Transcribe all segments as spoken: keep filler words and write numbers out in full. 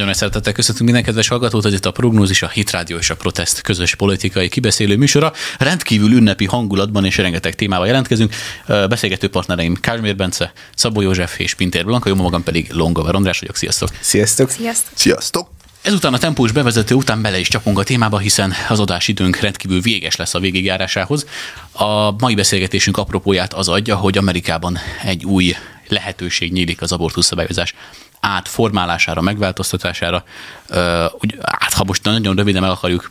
Nagyon nagy szeretettel köszöntünk minden kedves hallgatót, ez itt a Prognózis, a Hit Rádió és a Protest közös politikai kibeszélő műsora. Rendkívül ünnepi hangulatban és rengeteg témával jelentkezünk. Beszélgető partnereim Kázsmér Bence, Szabó József és Pintér Blanka, jó magam pedig Longover András vagyok. Sziasztok! Sziasztok! Sziasztok! Sziasztok! Ezután a tempós bevezető után bele is csapunk a témába, hiszen az adásidőnk rendkívül véges lesz a végigjárásához. A mai beszélgetésünk apropóját az adja, hogy Amerikában egy új lehetőség nyílik az abortusz szabályozás átformálására, megváltoztatására. Úgy, hát ha most nagyon röviden meg akarjuk,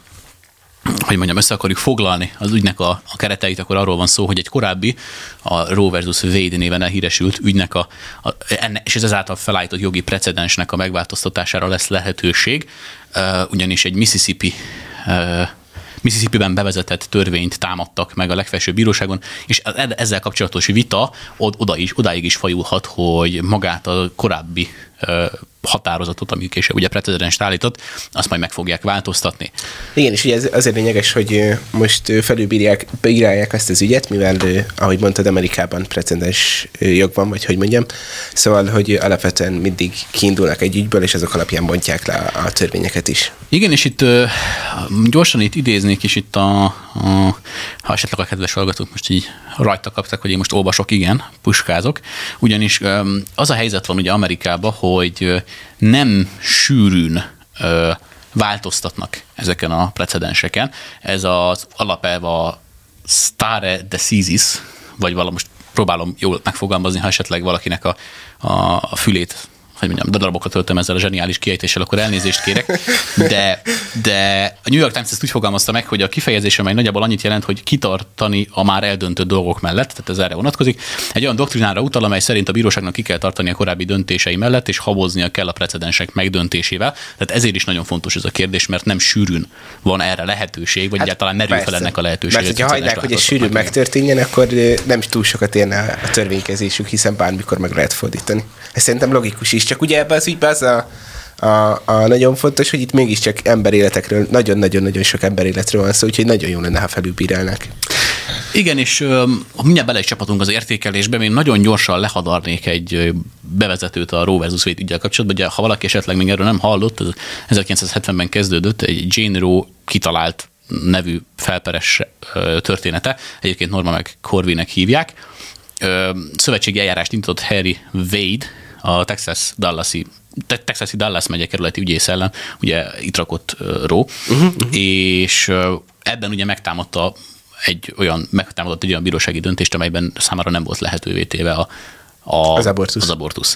hogy mondjam, össze akarjuk foglalni az ügynek a, a kereteit, akkor arról van szó, hogy egy korábbi, a Roe versus Wade néven elhíresült ügynek, a, a, enne, és ez ezáltal felállított jogi precedensnek a megváltoztatására lesz lehetőség, uh, ugyanis egy Mississippi uh, Mississippi-ben bevezetett törvényt támadtak meg a legfelsőbb bíróságon, és ezzel kapcsolatos vita oda is, odáig is fajulhat, hogy magát a korábbi uh, határozatot, ami később ugye precedenst állított, azt majd meg fogják változtatni. Igen, és ugye ez azért lényeges, hogy most felülbírják beírálják ezt az ügyet, mivel, ahogy mondtad, Amerikában precedens jog van, vagy hogy mondjam. Szóval, hogy alapvetően mindig kiindulnak egy ügyből, és azok alapján bontják le a, a törvényeket is. Igen, és itt uh, gyorsan itt idéznék is itt a, a ha esetleg a kedves hallgatók most így rajta kaptak, hogy én most olvasok, igen, puskázok, ugyanis um, az a helyzet van ugye Amerikában, hogy nem sűrűn ö, változtatnak ezeken a precedenseken. Ez az alapelv a stare decisis, vagy valami, most próbálom jól megfogalmazni, ha esetleg valakinek a, a, a fülét, hogy mondjam, darabokat töltöm ezzel a zseniális kiejtéssel, akkor elnézést kérek. De, de a New York Times ezt úgy fogalmazta meg, hogy a kifejezés, amely nagyjából annyit jelent, hogy kitartani a már eldöntött dolgok mellett, tehát ez erre vonatkozik. Egy olyan doktrinára utal, amely szerint a bíróságnak ki kell tartani a korábbi döntései mellett, és haboznia kell a precedensek megdöntésével. Tehát ezért is nagyon fontos ez a kérdés, mert nem sűrűn van erre lehetőség, vagy hát egyáltalán merül fel ennek a lehetőség. Mert ha hagynák, hogy ez sűrűn megtörténjen, akkor nem túl sokat érne a törvénykezésük, hiszen bármikor meg lehet fordítani. Ez szerintem logikus is. Csak ugye ebben az ügyben az a, a, a nagyon fontos, hogy itt mégiscsak emberéletekről, nagyon-nagyon-nagyon sok emberéletről van szó, úgyhogy nagyon jó lenne, ha felülbírálnák. Igen, és um, mindjárt bele is csapatunk az értékelésbe, én nagyon gyorsan lehadarnék egy bevezetőt a Roe versus Wade üggyel kapcsolatban. Ugye, ha valaki esetleg még erről nem hallott, ez ezerkilencszázhetvenben kezdődött, egy Jane Roe kitalált nevű felperes története, egyébként Norma meg Corvinek hívják. Szövetségi eljárást indított Harry Wade, a Texas Dallasi, Texasi Dallas megye kerületi ügyész ellen, ugye itt rakott uh, Roe, uh-huh, uh-huh. és uh, ebben ugye megtámadta egy olyan, megtámadott egy olyan bírósági döntést, amelyben számára nem volt lehetővé téve a, a, az, abortusz. az abortusz.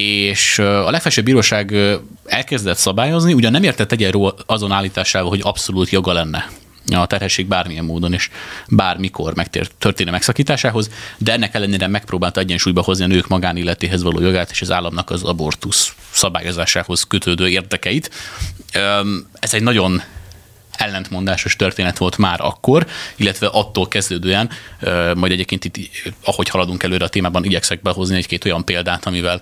És uh, a legfelsőbb bíróság uh, elkezdett szabályozni, ugyan nem értett egyen Roe azon állításával, hogy abszolút joga lenne a terhesség bármilyen módon és bármikor megtörténő megszakításához, de ennek ellenére megpróbálta egyensúlyba hozni a nők magánéletéhez való jogát és az államnak az abortusz szabályozásához kötődő érdekeit. Ez egy nagyon ellentmondásos történet volt már akkor, illetve attól kezdődően, majd egyébként itt, ahogy haladunk előre a témában, igyekszek behozni egy-két olyan példát, amivel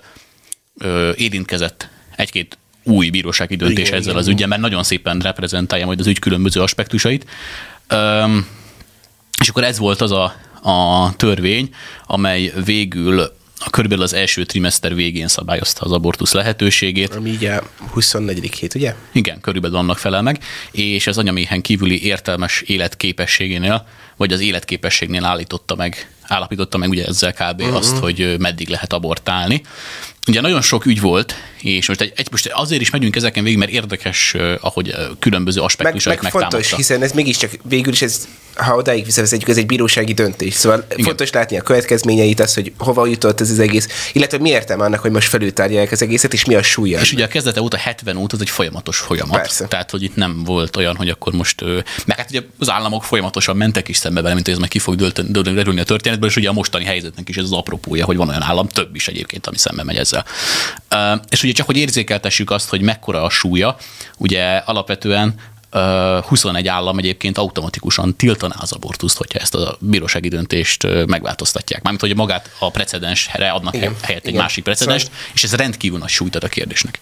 érintkezett egy-két új bírósági döntés igen, ezzel igen. az ügyen, mert nagyon szépen reprezentálja majd az ügy különböző aspektusait. Üm, és akkor ez volt az a, a törvény, amely végül a körülbelül az első trimester végén szabályozta az abortusz lehetőségét. Ami ugye huszonnegyedik hét, ugye? Igen, körülbelül annak felel meg, és az anyaméhen kívüli értelmes életképességénél, vagy az életképességnél állította meg, állapította meg ugye ezzel kb. Uh-huh. azt, hogy meddig lehet abortálni. Ugye nagyon sok ügy volt, és most, egy, egy, most azért is megyünk ezeken végig, mert érdekes, ahogy különböző aspektusait meg, meg fontos, hiszen ez mégiscsak végül is, ez, ha odáig visszavezetjük, ez egy bírósági döntés. Szóval igen. fontos látni a következményeit, az, hogy hova jutott ez az egész, illetve mi értelme annak, hogy most felültárgyalják az egészet, és mi a súlya. És ugye a kezdete óta hetven óta ez egy folyamatos folyamat. Persze. Tehát, hogy itt nem volt olyan, hogy akkor most, meg hát ugye az államok folyamatosan mentek is szembe vele, mint hogy ez meg ki fog derülni a történetből, és ugye a mostani helyzetnek is ez az apropója, hogy van olyan állam, több is egyébként, ami szembe megy ezzel. Uh, és ugye csak, hogy érzékeltessük azt, hogy mekkora a súlya, ugye alapvetően uh, huszonegy állam egyébként automatikusan tiltaná az abortuszt, hogyha ezt a bírósági döntést uh, megváltoztatják. Mármint, hogy magát a precedensre adnak igen, helyett egy igen. másik precedenst, szóval... és ez rendkívül nagy súlyt ad a kérdésnek.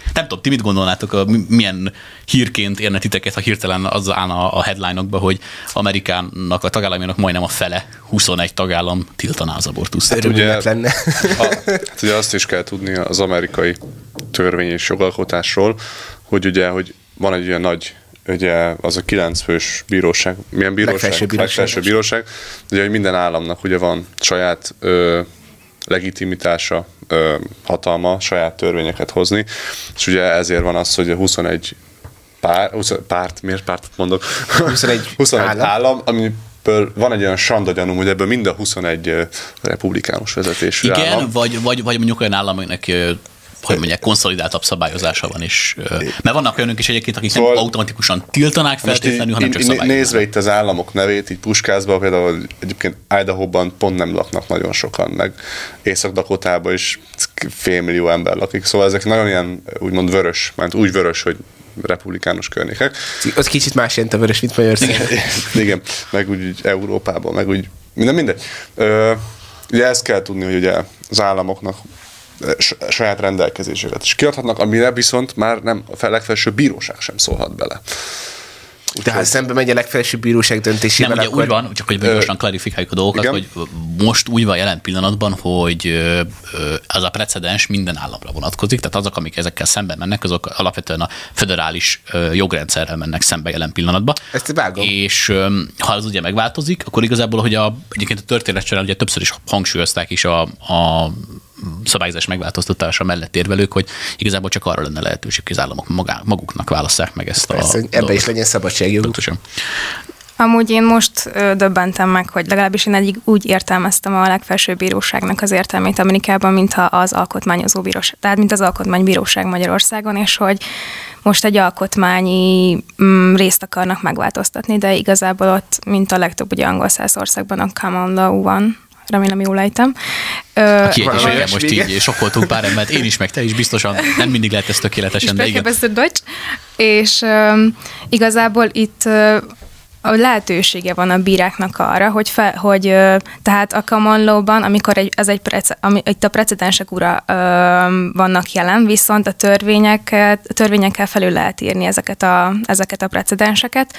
Nem tudom, ti mit gondolnátok, a, milyen hírként érne titeket, ha hirtelen az állna a headline-okba, hogy Amerikának, a tagállamának majdnem a fele, huszonegy tagállam tiltaná az abortuszt. Hát ugye, lenne. A, hát ugye azt is kell tudni az amerikai törvény és jogalkotásról, hogy ugye, hogy van egy olyan nagy, ugye az a kilenc fős bíróság, milyen bíróság? Legfelsőbb bíróság. Legfelsőbb bíróság. Ugye, hogy minden államnak ugye van saját ö, legitimitása, ö, hatalma, saját törvényeket hozni, és ugye ezért van az, hogy a huszonegy pár, húsz, párt, miért pártot mondok? huszonegy, huszonegy állam, állam, amiből van egy olyan sanda gyanúm, hogy ebből mind a huszonegy republikánus vezetésű Igen, állam. vagy, vagy, vagy mondjuk olyan állam, aminek hogy mondják, konszolidáltabb szabályozása van is. Mert vannak olyanok is egyébként, akik szóval nem automatikusan tiltanák feltétlenül, hanem csak szabályozzák. Nézve itt az államok nevét, így Puskázba, például egyébként Idaho-ban pont nem laknak nagyon sokan, meg Észak-Dakotában is félmillió ember lakik, szóval ezek nagyon ilyen úgymond vörös, mert úgy vörös, hogy republikánus környékek. Az kicsit más jelent a vörös, mint Magyarországon. Igen, meg úgy, úgy Európában, meg úgy minden mindegy. Ö, ugye ezt kell tudni, hogy ugye az államoknak saját rendelkezéseket is kiadhatnak, amire viszont már nem a legfelsőbb bíróság sem szólhat bele. Úgy Tehát szembe megy a legfelsőbb bíróság döntésével. Nem, ugye akkor... úgy van, csak hogy gyorsan klarifikáljuk a dolgokat, igen? Hogy most úgy van jelen pillanatban, hogy az a precedens minden államra vonatkozik, tehát azok, amik ezekkel szemben mennek, azok alapvetően a föderális jogrendszerrel mennek szembe jelen pillanatban. Ezt vágom. És ha az ugye megváltozik, akkor igazából, hogy a, egyébként a történet során ugye többször is hangsúlyozták is a, a szabályozás megváltoztatása mellett érvelők, hogy igazából csak arra lenne lehetőség, hogy az államok magá, maguknak válasszák meg ezt. Persze, a ebben is legyen szabadságjoguk. Amúgy én most ö, döbbentem meg, hogy legalábbis én egyik úgy értelmeztem a legfelsőbb bíróságnak az értelmét Amerikában, mintha az alkotmányozó bíróság, tehát mint az alkotmánybíróság Magyarországon, és hogy most egy alkotmányi mm, részt akarnak megváltoztatni, de igazából ott, mint a legtöbb ugye angol száz országban a common law van. Remélem jól ejtem. A két is olyan, most így sokkoltunk pár embert, én is, meg te is, biztosan nem mindig lehet ez tökéletesen, de igen. Deutsch. És um, igazából itt uh, a lehetősége van a bíráknak arra, hogy, fe, hogy uh, tehát a common law-ban, amikor egy, ez egy prece, ami, itt a precedensek ura uh, vannak jelen, viszont a törvényeket, a törvényekkel felül lehet írni ezeket a, ezeket a precedenseket,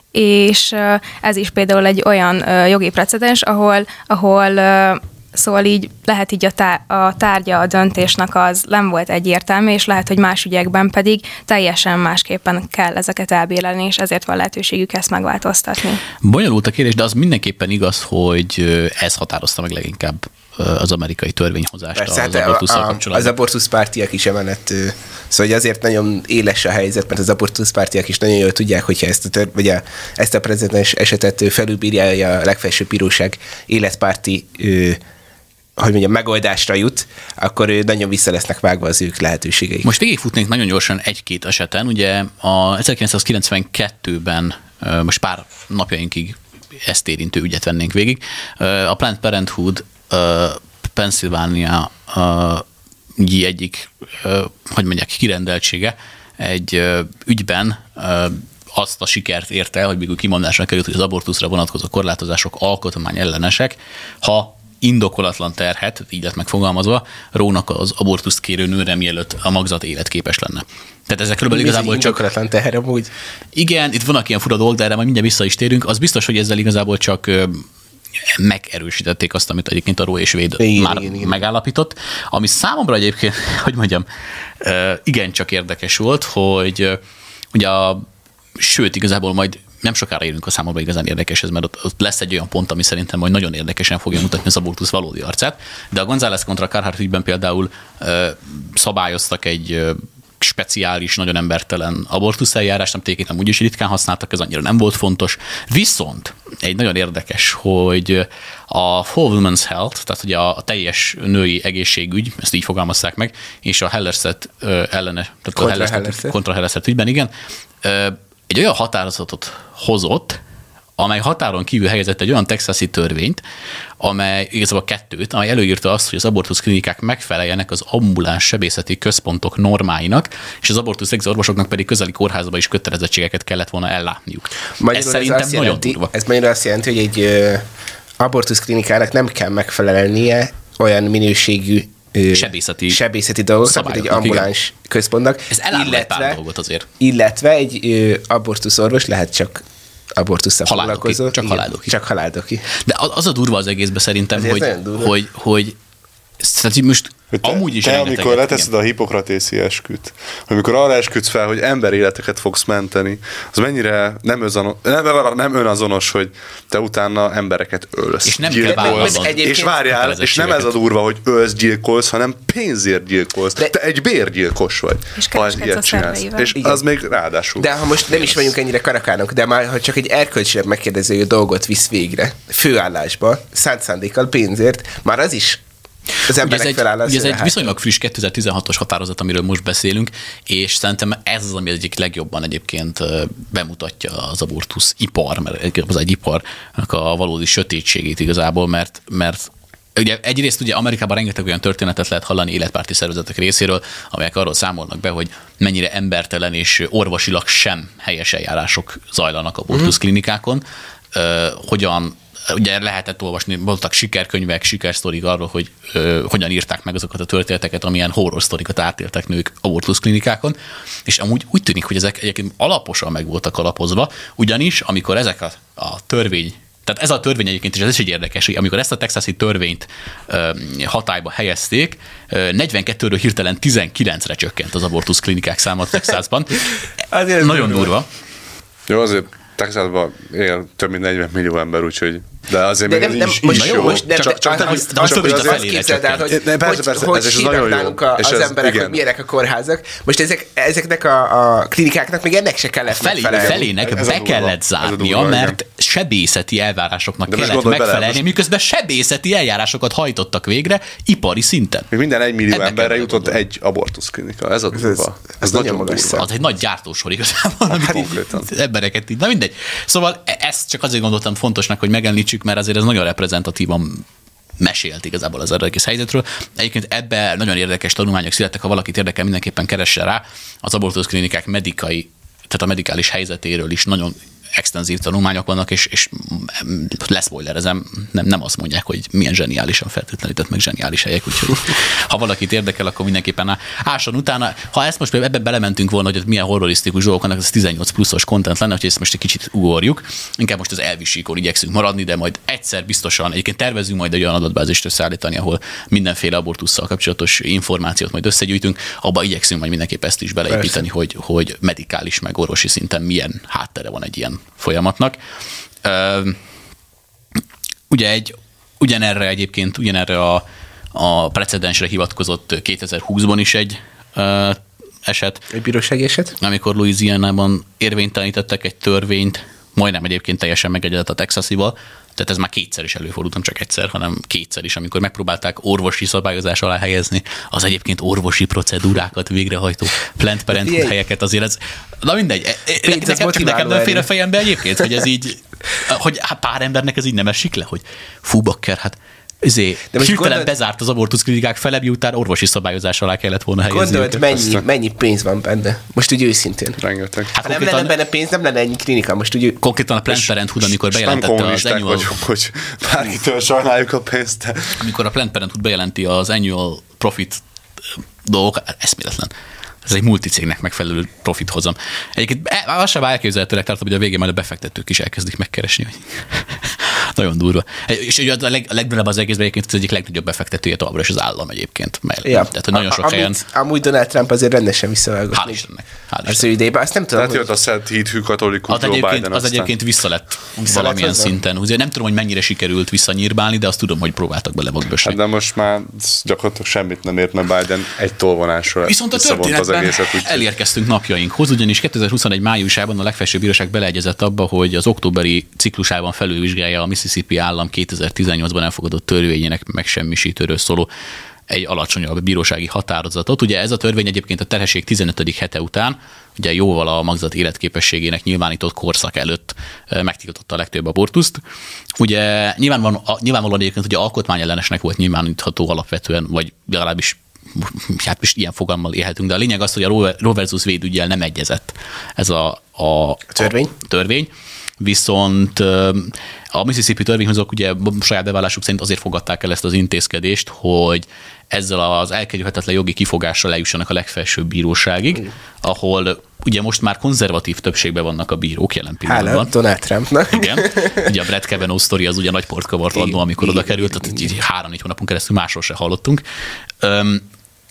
és ez is például egy olyan jogi precedens, ahol, ahol szóval így lehet így a, tá- a tárgya a döntésnek az nem volt egyértelmű, és lehet, hogy más ügyekben pedig teljesen másképpen kell ezeket elbírálni, és ezért van lehetőségük ezt megváltoztatni. Bonyolult a kérdés, de az mindenképpen igaz, hogy ez határozta meg leginkább az amerikai törvényhozást. Persze, az abortusszal kapcsolatban. Az abortuszpártiak is emellett, szóval azért nagyon éles a helyzet, mert az abortuszpártiak is nagyon jól tudják, hogyha ezt a, tör, vagy a, ezt a precedens esetet felülbírja a legfelsőbb bíróság életpárti hogy mondjam, megoldásra jut, akkor nagyon vissza lesznek vágva az ők lehetőségeik. Most végigfutnénk nagyon gyorsan egy-két eseten. Ugye a ezerkilencszázkilencvenkettőben, most pár napjainkig ezt érintő ügyet vennénk végig, a Planned Parenthood Pennsylvania egyik, hogy mondják, kirendeltsége egy ügyben azt a sikert érte el, hogy végül kimondásra került, hogy az abortuszra vonatkozó korlátozások alkotmány ellenesek, ha indokolatlan terhet, így lett megfogalmazva, rónak az abortuszt kérő nőre, mielőtt a magzat életképes lenne. Tehát ezek körülbelül igazából csak... Indokolatlan teher amúgy. Igen, itt vannak ilyen fura dolgok, de erre majd mindjárt vissza is térünk. Az biztos, hogy ezzel igazából csak megerősítették azt, amit egyébként a Roe és Wade igen, már igen, igen. megállapított. Ami számomra egyébként, hogy mondjam, igencsak érdekes volt, hogy ugye a, sőt, igazából majd nem sokára érünk a számomra igazán érdekes ez, mert ott, ott lesz egy olyan pont, ami szerintem majd nagyon érdekesen fogja mutatni az abortusz valódi arcát. De a González kontra Carhart ügyben például ö, szabályoztak egy ö, speciális, nagyon embertelen abortusz eljárást, amit egyébként úgyis ritkán használtak, ez annyira nem volt fontos. Viszont egy nagyon érdekes, hogy a For Women's Health, tehát ugye a teljes női egészségügy, ezt így fogalmazták meg, és a Hellerstedt ellene, tehát kontra a Hellerstedt, kontra Hellerstedt ügyben, igen, egy olyan határozatot hozott, amely határon kívül helyezett egy olyan texasi törvényt, amely igazából kettőt, amely előírta azt, hogy az abortusz klinikák megfeleljenek az ambuláns sebészeti központok normáinak, és az abortusz orvosoknak pedig közeli kórházba is kötelezettségeket kellett volna ellátniuk. Magyarul ez szerintem nagyon jelenti, durva. Ez magyarul azt jelenti, hogy egy ö, abortusz klinikának nem kell megfelelnie olyan minőségű sebészeti, sebészeti dolgoknak, mint egy ambuláns igen. központnak. Ez elárul egy pár dolgot azért. Illetve egy ö, abortusz orvos lehet csak abortusszal foglalkozó. Csak haláldoki. Csak haláldoki. De az a durva az egészben szerintem, hogy, hogy, hogy, hogy most te, amúgy is te amikor leteszed igen. a hipokratészi esküt, amikor arra esküdsz fel, hogy emberéleteket fogsz menteni, az mennyire nem, özanos, nem, nem önazonos, hogy te utána embereket ölsz. És nem kell vállalnod. És várjál, és nem ez a durva, hogy ölsz, gyilkolsz, hanem pénzért gyilkolsz. De te egy bérgyilkos vagy. És kereskedsz a szerveivel. És igen. az még ráadásul. De ha most nem is vagyunk ennyire karakánok, de már ha csak egy erkölcsileg megkérdező dolgot visz végre, főállásba, szánt szándékkal, pénzért, már az is az emberek ugye ez egy, ugye ez egy viszonylag friss kétezer-tizenhatos határozat, amiről most beszélünk, és szerintem ez az, ami egyik legjobban egyébként bemutatja az abortusz ipar, mert az egy iparnak a valódi sötétségét igazából, mert, mert ugye egyrészt ugye Amerikában rengeteg olyan történetet lehet hallani életpárti szervezetek részéről, amelyek arról számolnak be, hogy mennyire embertelen és orvosilag sem helyes eljárások zajlanak abortusz klinikákon, uh, hogyan ugye lehetett olvasni, voltak sikerkönyvek, sikersztorik arról, hogy ö, hogyan írták meg azokat a történeteket, amilyen horror sztorikat átéltek nők abortuszklinikákon, és amúgy úgy tűnik, hogy ezek egyébként alaposan meg voltak alapozva, ugyanis amikor ezek a, a törvény, tehát ez a törvény egyébként, és ez is egy érdekes, hogy amikor ezt a texasi törvényt ö, hatályba helyezték, ö, negyvenkettőről hirtelen tizenkilencre csökkent az abortuszklinikák száma Texasban. Nagyon durva. Jó, azért Texasban él több mint negyven millió ember, úgyhogy de azért de még nem, ez nem, is, most is jó. jó. Most nem, csak, csak, csak, azt, azt, csak azt, azt képzeld el, hogy, ne, persze, persze, hogy, ez hogy is nagyon jó. hívnak az ez, emberek, igen. hogy milyenek a kórházak. Most ezek, ezeknek a, a klinikáknak még ennek se kellett Felé, felének ez be durva, kellett zárnia, durva, mert igen. sebészeti eljárásoknak de kellett megfelelni, bele, miközben sebészeti eljárásokat hajtottak végre ipari szinten. Még minden egy millió emberre jutott egy abortuszklinika. Ez a durva. Ez, ez nagyon magas. Az egy nagy gyártósor igazából, amit embereket így. Na mindegy. Szóval ezt csak azért gondoltam fontosnak, hogy megemlítsük, mert azért ez nagyon reprezentatívan mesélt igazából az egész helyzetről. Egyébként ebbe nagyon érdekes tanulmányok születtek, ha valakit érdekel, mindenképpen keresse rá. Az abortuszklinikák medikai, tehát a medikális helyzetéről is nagyon extenzív tanulmányok vannak, és, és leszpoilerezem, nem, nem azt mondják, hogy milyen zseniálisan feltétlenített meg zseniális helyek, úgyhogy ha valakit érdekel, akkor mindenképpen ásson utána. Ha ezt most ebbe belementünk volna, hogy milyen horrorisztikus dolgok vannak, ez tizennyolc pluszos content lenne, hogy ezt most egy kicsit ugorjuk. Inkább most az elvisíkon igyekszünk maradni, de majd egyszer biztosan, egyébként tervezünk majd egy olyan adatbázist összeállítani, ahol mindenféle abortusszal kapcsolatos információt majd összegyűjtünk, abba igyekszünk majd mindenképp ezt is beleépíteni, hogy, hogy medikális meg orvosi szinten milyen háttere van egy ilyen folyamatnak. Uh, ugye egy, ugyanerre egyébként, ugyanerre a, a precedensre hivatkozott kétezer-húszban is egy uh, eset. Egy bírósági eset? Amikor Louisianában érvénytelenítettek egy törvényt, majdnem egyébként teljesen megegyedett a texasival, tehát ez már kétszer is előfordult, nem csak egyszer, hanem kétszer is, amikor megpróbálták orvosi szabályozás alá helyezni az egyébként orvosi procedúrákat végrehajtó Planned Parenthood helyeket, azért ez, na mindegy, nekem, nekem nem fér a fejembe egyébként, hogy ez így, hogy hát pár embernek ez így nem esik le, hogy fú, bakker, hát ezért hirtelen gondolt, bezárt az abortuszklinikák fele, miután orvosi szabályozás alá kellett volna helyezni. Gondolt, mennyi, mennyi pénz van benne? Most úgy őszintén. Rengeteg. Hát nem lenne benne pénz, nem lenne ennyi klinika. Most úgy... Konkrétan a Planned Parenthood, amikor bejelentette az annual... vagyunk, hogy bárkitől sajnáljuk a pénzt. Amikor a Planned Parenthood bejelenti az annual profit dolgok, eszméletlen. Ez egy multicégnek megfelelő profit hozam. Egyébként lassan elképzelhetőleg tartom, hogy a végén majd a befektetők is elkezdik megkeresni. Nagyon durva. És a, leg, a legnagyobb az egészben egyébként az egyik legnagyobb befektetője továbbra is az állam egyébként. Mert, ja. Tehát, hogy nagyon sok a, helyen... Amit, amúgy Donald Trump azért rendesen visszavágott. Hál' Istennek. Az ő idejében, azt nem tudom, tehát jött a Szent Hídhű katolikus Joe Biden. Az egyébként vissza lett valamilyen szinten. Ugye nem tudom, hogy mennyire sikerült visszanyírbálni, de azt tudom, hogy próbáltak bele magbösni. Hát de most már gyakorlatilag semmit nem ért, mert Biden egy tolvonásra viszont a történetben az elérkeztünk napjainkhoz, ugyanis kétezer-huszonegy májusában a legfelsőbb bíróság beleegyezett abba, hogy az októberi ciklusában felülvizsgálja a Mississippi állam kétezer-tizennyolcban elfogadott törvényének megsemmisítőről szóló egy alacsonyabb bírósági határozatot. Ugye ez a törvény egyébként a terhesség tizenötödik hete után, ugye jóval a magzat életképességének nyilvánított korszak előtt megtiltotta a legtöbb abortuszt. Ugye nyilvánvalóan, nyilvánvalóan egyébként ugye alkotmányellenesnek volt nyilvánítható alapvetően, vagy legalábbis hát most ilyen fogalommal élhetünk, de a lényeg az, hogy a Roe versus Wade üggyel nem egyezett ez a, a, a törvény. A törvény. viszont a Mississippi törvényhozók ugye saját bevallásuk szerint azért fogadták el ezt az intézkedést, hogy ezzel az elkerülhetetlen jogi kifogással lejussanak a legfelsőbb bíróságig, mm. ahol ugye most már konzervatív többségben vannak a bírók jelen pillanatban. Hála Donald Trumpnak. Igen. Ugye a Brett Kavanaugh sztori az ugye nagy port kavart annó, amikor oda került, tehát így három-négy hónapon keresztül másról se hallottunk. Öm,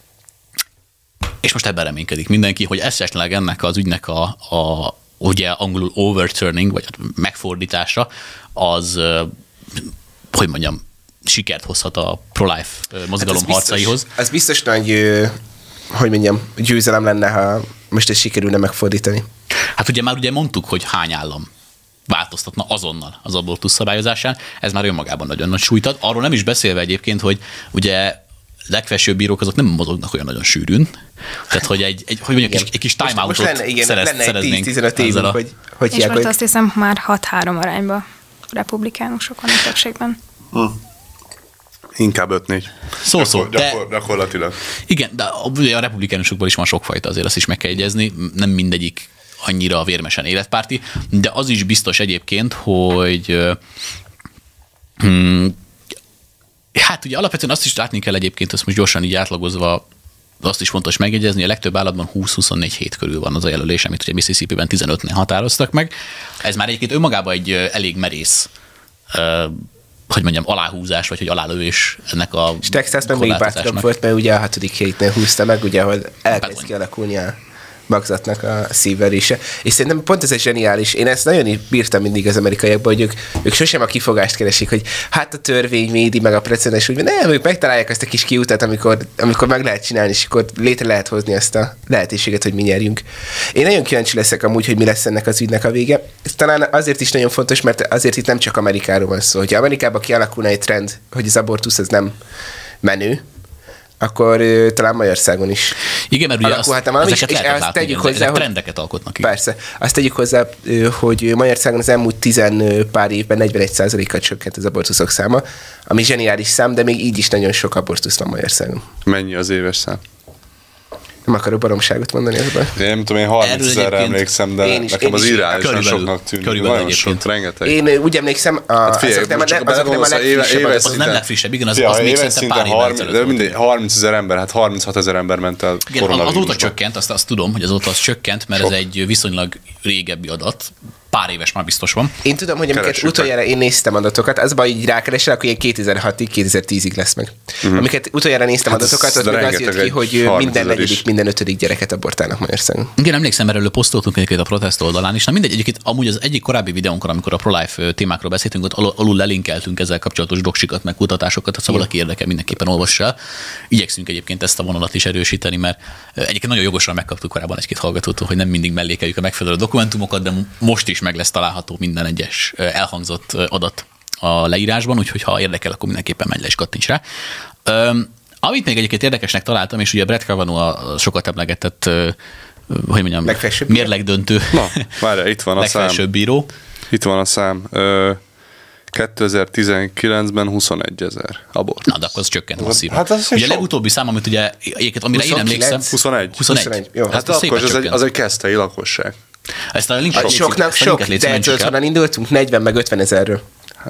és most ebben reménykedik mindenki, hogy esetleg ennek az ügynek a, a ugye angolul overturning, vagy megfordítása, az, hogy mondjam, sikert hozhat a pro-life mozgalom hát harcaihoz. Az biztos nagy, hogy mondjam, győzelem lenne, ha most ez sikerülne megfordítani. Hát ugye már ugye mondtuk, hogy hány állam változtatna azonnal az abortusz szabályozásán, ez már önmagában nagyon nagy súlyt ad. Arról nem is beszélve egyébként, hogy ugye legfelsőbb bírók azok nem mozognak olyan nagyon sűrűn. Tehát, hogy egy, egy, hogy mondjam, egy kis time-outot szerez, lenne szereznénk. tíz-tizenöt évünk, a... hogy, hogy és most hogy... azt hiszem már hat-három arányba republikánusok van a többségben. Hm. Inkább öt-négy. Szó-szó. Gyakor, gyakor, de... Gyakorlatilag. Igen, de a republikánusokból is van sokfajta, azért azt is meg kell jegyezni. Nem mindegyik annyira vérmesen életpárti, de az is biztos egyébként, hogy hmm, hát ugye alapvetően azt is látni kell egyébként, ezt most gyorsan így átlagozva, azt is fontos megjegyezni, a legtöbb állatban húsz-huszonnégy hét körül van az a jelölés, amit ugye Mississippi-ben tizenötnél határoztak meg. Ez már egyébként önmagában egy elég merész, uh, hogy mondjam, aláhúzás, vagy hogy alálövés ennek a és Texasban még bátrabb volt, mert ugye a hatodik hétnél húzta meg, ugye, ahol elkezd kialakulni a magzatnak a szívverése. És szerintem pont ez egy zseniális. Én ezt nagyon bírtam mindig az amerikaiakban, hogy ők, ők sosem a kifogást keresik, hogy hát a törvény védi meg a precedens, úgy nem, ők megtalálják azt a kis kiutat, amikor, amikor meg lehet csinálni, és akkor létre lehet hozni ezt a lehetőséget, hogy mi nyerjünk. Én nagyon kíváncsi leszek amúgy, hogy mi lesz ennek az ügynek a vége. Ez talán azért is nagyon fontos, mert azért itt nem csak Amerikáról van szó. Hogyha Amerikában kialakulna egy trend, hogy az abortusz az nem menő, akkor uh, talán Magyarországon is. Igen, mert ugye azt, valami, és, és azt látni, tegyük hozzá, hozzá, hogy trendeket alkotnak. Igen. Persze. Azt tegyük hozzá, hogy Magyarországon az elmúlt tizen pár évben negyvenegy százalékkal csökkent az abortuszok száma, ami zseniális szám, de még így is nagyon sok abortusz van Magyarországon. Mennyi az éves szám? Nem akarok baromságot mondani ebben. Én nem tudom, én harmincezerre emlékszem, de én is, nekem én az is irányosan soknak tűnik. Nagyon sok, rengeteg. Én úgy emlékszem, a, hát figyelj, azok nem, azok nem a legfrissebb. Az szinten, nem legfrissebb, igen, az, az még szerintem pár évvel harmincezer ember, hát harminchat ezer ember ment el koronavírusba. Azóta csökkent, azt, azt tudom, hogy azóta az csökkent, mert ez egy viszonylag régebbi adat. Pár éves már biztos van. Én tudom, hogy amiket Keresünk utoljára én néztem adatokat, azban így rákeresel, akkor ilyen kétezer-hatig, kétezer-tízig lesz meg. Uh-huh. Amiket utoljára néztem hát adatokat, az még az jött ki, hogy minden negyedik, minden ötödik gyereket abortálnak Magyarországon. Igen, emlékszem, mert előbb posztoltunk egyébként a protest oldalán is. Na mindegy, egyébként amúgy az egyik korábbi videónkon, amikor a pro-life témákról beszéltünk, ott alul, alul lelinkeltünk ezzel kapcsolatos doksikat, meg kutatásokat, ha valaki érdekel, mindenképpen olvassa el. Igyekszünk egyébként ezt a vonalat is erősíteni, mert egyébként nagyon jogosan megkaptuk korábban egy-két hallgatótól, hogy nem mindig mellékeljük a megfelelő dokumentumokat, de most is meg lesz található minden egyes elhangzott adat a leírásban, úgyhogy ha érdekel, akkor mindenképpen menj le és kattints rá. Um, amit még egyébként érdekesnek találtam, és ugye Brett Kavanaugh a sokat emlegetett, hogy mondjam, mérlegdöntő, Na, várjál, itt van a legfelsőbb szám. bíró. Itt van a szám. Ö, kétezer-tizenkilencben huszonegy ezer abort. Na, de akkor az csökkent masszívan. Hát az ugye a legutóbbi szám, amit ugye, amire én emlékszem. huszonegy. huszonegy. Jó. Hát akkor az egy, az egy kezdtei lakosság. Ezt a linket, sok, soknak sok, de ettől indultunk negyven meg ötven ezerről.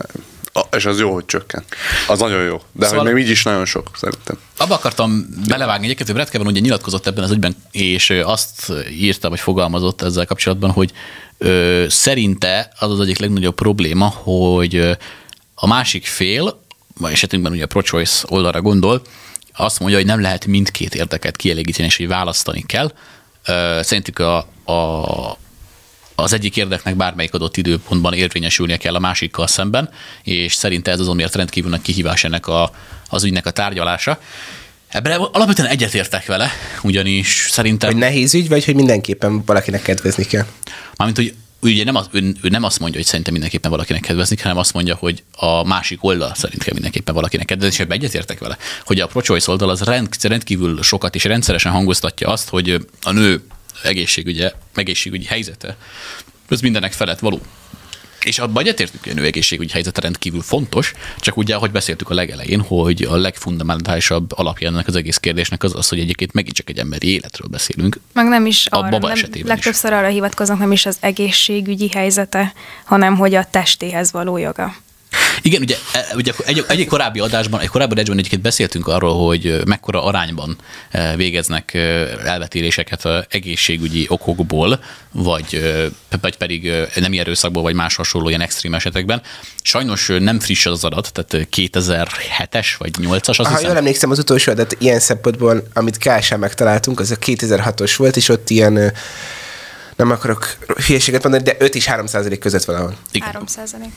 És az jó, hogy csökken. Az nagyon jó. De szóval hogy még így is nagyon sok, szerintem. Abba akartam belevágni egyébként, hogy Brett Kavanaugh ugye nyilatkozott ebben az ügyben, és azt írta, vagy fogalmazott ezzel kapcsolatban, hogy ö, szerinte az az egyik legnagyobb probléma, hogy a másik fél, vagy esetünkben ugye a pro-choice oldalra gondol, azt mondja, hogy nem lehet mindkét érdeket kielégíteni, és hogy választani kell. Ö, szerintük a, a az egyik érdeknek bármelyik adott időpontban érvényesülnie kell a másikkal szemben, és szerinte ez azon miért rendkívül nagy kihívás ennek a, az ügynek a tárgyalása. Ebben alapvetően egyetértek vele, ugyanis szerintem... Hogy nehéz ügy, vagy hogy mindenképpen valakinek kedvezni kell? Mármint, hogy ugye nem az, ő, ő nem azt mondja, hogy szerintem mindenképpen valakinek kedvezni kell, hanem azt mondja, hogy a másik oldal szerint kell mindenképpen valakinek kedvezni, és ebben egyetértek vele, hogy a pro-choice oldal az rend, rendkívül sokat és rendszeresen hangoztatja azt, hogy a nő egészségügyi, egészségügyi helyzete, ez mindenek felett való. És abban egyetértünk, hogy a nőegészségügyi helyzet rendkívül fontos, csak ugye, ahogy beszéltük a legelején, hogy a legfundamentálisabb alapja ennek az egész kérdésnek az az, hogy egyébként megint csak egy emberi életről beszélünk. Meg nem is a arra, baba nem, esetében legtöbbször arra hivatkoznak, nem is az egészségügyi helyzete, hanem hogy a testéhez való joga. Igen, ugye, ugye egy, egy korábbi adásban, egy korábbi adásban egyébként beszéltünk arról, hogy mekkora arányban végeznek elvetéléseket egészségügyi okokból, vagy, vagy pedig nemi erőszakból, vagy más hasonló ilyen extrém esetekben. Sajnos nem friss az adat, tehát kétezer-hetes vagy nyolcas, az Ha hiszem. jól emlékszem, az utolsó adat ilyen szempontból, amit ká es á megtaláltunk, az a kétezer-hatos volt, és ott ilyen, nem akarok hülyeséget mondani, de öt és három százalék között valahol. Igen. három százalék.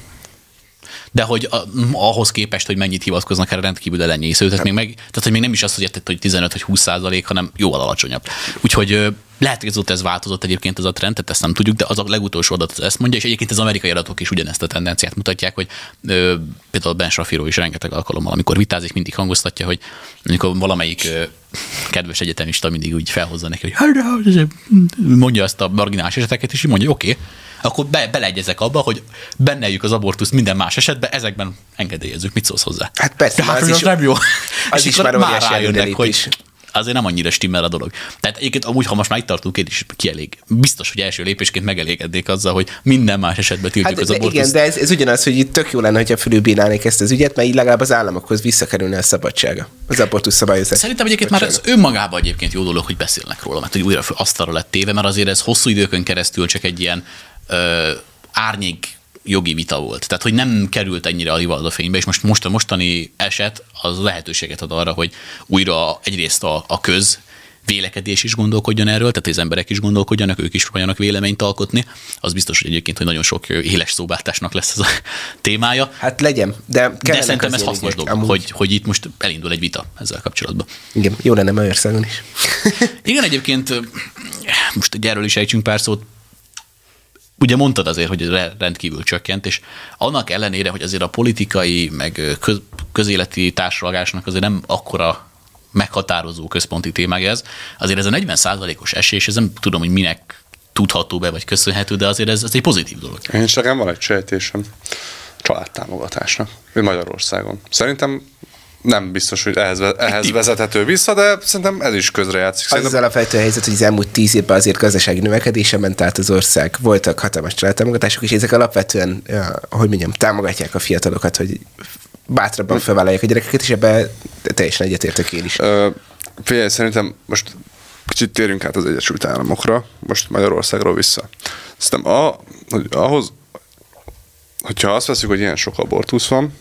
De hogy a, ahhoz képest, hogy mennyit hivatkoznak erre, rendkívül elenyésző. Tehát még, meg, tehát, hogy még nem is azt, hogy, hogy tizenöt vagy húsz százalék, hanem jóval alacsonyabb. Úgyhogy lehet, hogy azóta ez változott egyébként ez a trend, tehát ezt nem tudjuk, de az a legutolsó adat az ezt mondja, és egyébként az amerikai adatok is ugyanezt a tendenciát mutatják, hogy ö, például Ben Shapiro is rengeteg alkalommal, amikor vitázik, mindig hangoztatja, hogy amikor valamelyik ö, kedves egyetemista mindig úgy felhozza neki, hogy mondja azt a marginális eseteket, és így mondja, oké, okay, akkor be, beleegyezek abba, hogy benneljük az abortuszt minden más esetben, ezekben engedélyezzük. Mit szólsz hozzá? Hát persze, hát, az, az is, nem jó. az és is már már óriási rájönnek, hogy is. azért nem annyira stimmel a dolog. Tehát egyébként amúgy, ha most már itt tartunk, én is kielég. Biztos, hogy első lépésként megelégednék azzal, hogy minden más esetben tiltjuk hát, az abortuszt. Igen, de ez, ez ugyanaz, hogy itt tök jó lenne, hogyha fölülbírálnék ezt az ügyet, mert így legalább az államokhoz visszakerülne a szabadsága. Az abortusz szabályozás. Szerintem egyébként már ez önmagában egyébként jó dolog, hogy beszélnek róla, mert hogy újra asztalra lett téve, mert azért ez hosszú időkön keresztül csak egy ilyen ö, árnyék jogi vita volt. Tehát, hogy nem került ennyire a hivalda fénybe, és most, most a mostani eset az lehetőséget ad arra, hogy újra egyrészt a, a köz vélekedés is gondolkodjon erről, tehát az emberek is gondolkodjanak, ők is próbáljanak véleményt alkotni. Az biztos, hogy egyébként, hogy nagyon sok éles szóváltásnak lesz ez a témája. Hát legyen, de De szerintem ez hasznos dolog, hogy, hogy itt most elindul egy vita ezzel kapcsolatban. Igen, jó lenne Magyarországon is. Igen, egyébként most erről is ejtsünk pár szót. Ugye mondtad azért, hogy rendkívül csökkent, és annak ellenére, hogy azért a politikai, meg köz, közéleti társadalmásnak azért nem akkora meghatározó központi témája ez, azért ez a negyven százalékos esés, ez nem tudom, hogy minek tudható be, vagy köszönhető, de azért ez, ez egy pozitív dolog. Én csak van egy sejtésem családtámogatásnak Magyarországon. Szerintem nem biztos, hogy ehhez, ehhez vezethető vissza, de szerintem ez is közrejátszik. Az az alapvető helyzet, hogy az elmúlt tíz évben azért gazdasági növekedése ment át az ország. Voltak hatalmas családtámogatások, és ezek alapvetően, ja, hogy mondjam, támogatják a fiatalokat, hogy bátrabban felvállalják a gyerekeket, és ebben teljesen egyetértek én is. Ö, figyelj, szerintem most kicsit térjünk át az Egyesült Államokra, most Magyarországról vissza. Szerintem a, hogy ahhoz, hogyha azt veszük, hogy ilyen sok abortusz van,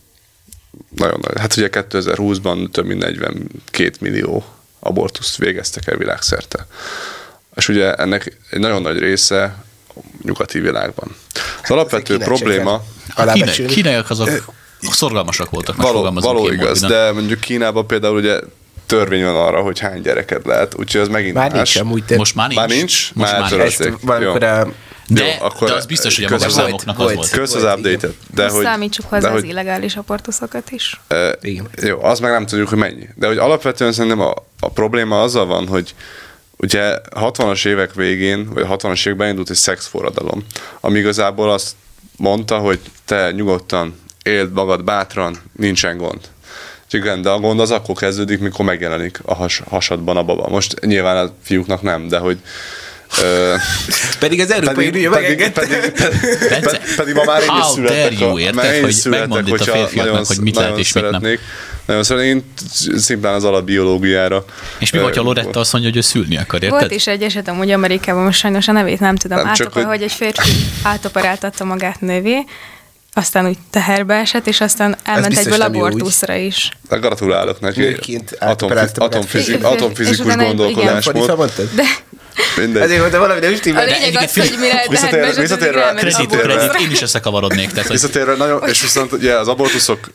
nagyon nagy. Hát ugye kétezer-húszban több mint negyvenkét millió abortuszt végeztek el világszerte. És ugye ennek egy nagyon nagy része a nyugati világban. Az alapvető probléma... A kínai, kínaiak azok szorgalmasak voltak. Való, való igaz, de mondjuk Kínában például ugye törvény van arra, hogy hány gyereked lehet, úgyhogy az megint már más. Nincs, amúgy, de... Most már nincs. Már nincs? Most már már törölték. De, Jó, akkor de az biztos, hogy a magas számoknak az volt. Kösz az update-et. De hogy, számítsuk hozzá de az hogy, illegális abortuszokat is. Uh, igen. Jó, azt meg nem tudjuk, hogy mennyi. De hogy alapvetően szerintem a, a probléma azzal van, hogy ugye hatvanas évek végén, vagy hatvanas években indult egy szexforradalom, ami igazából azt mondta, hogy te nyugodtan éld magad bátran, nincsen gond. Igen, de a gond az akkor kezdődik, mikor megjelenik a has, hasadban a baba. Most nyilván a fiúknak nem, de hogy Ö, pedig az Európai Unió megengedte. Pedig, pedig, pedig, pedig ma már én is születek, you, érted, én hogy születek, megmond itt a férfiaknak, hogy mit lehet és mit nem. Nagyon szeretnék, én szimplán az alapbiológiára. És mi, hogyha Loretta azt mondja, hogy ő szülni akar, érted? Volt is egy eset amúgy Amerikában, most sajnos a nevét nem tudom, nem, átopar, hogy... hogy egy férfi átoperáltatta magát nővé, aztán úgy teherbe esett, és aztán elment egyből abortuszra is. De gratulálok neki. Nőként Atomfizikus atomfizik, atomfizikus gondolkodásmód. De mindegy. Ezért mondtam, valami nem stimmel. A lényeg az, hogy mire teherbe esett, visszatérve, elment kredit, kredit, én is összekavarodnék. Tehát, visszatérve, nagyon, és viszont ugye az abortuszok,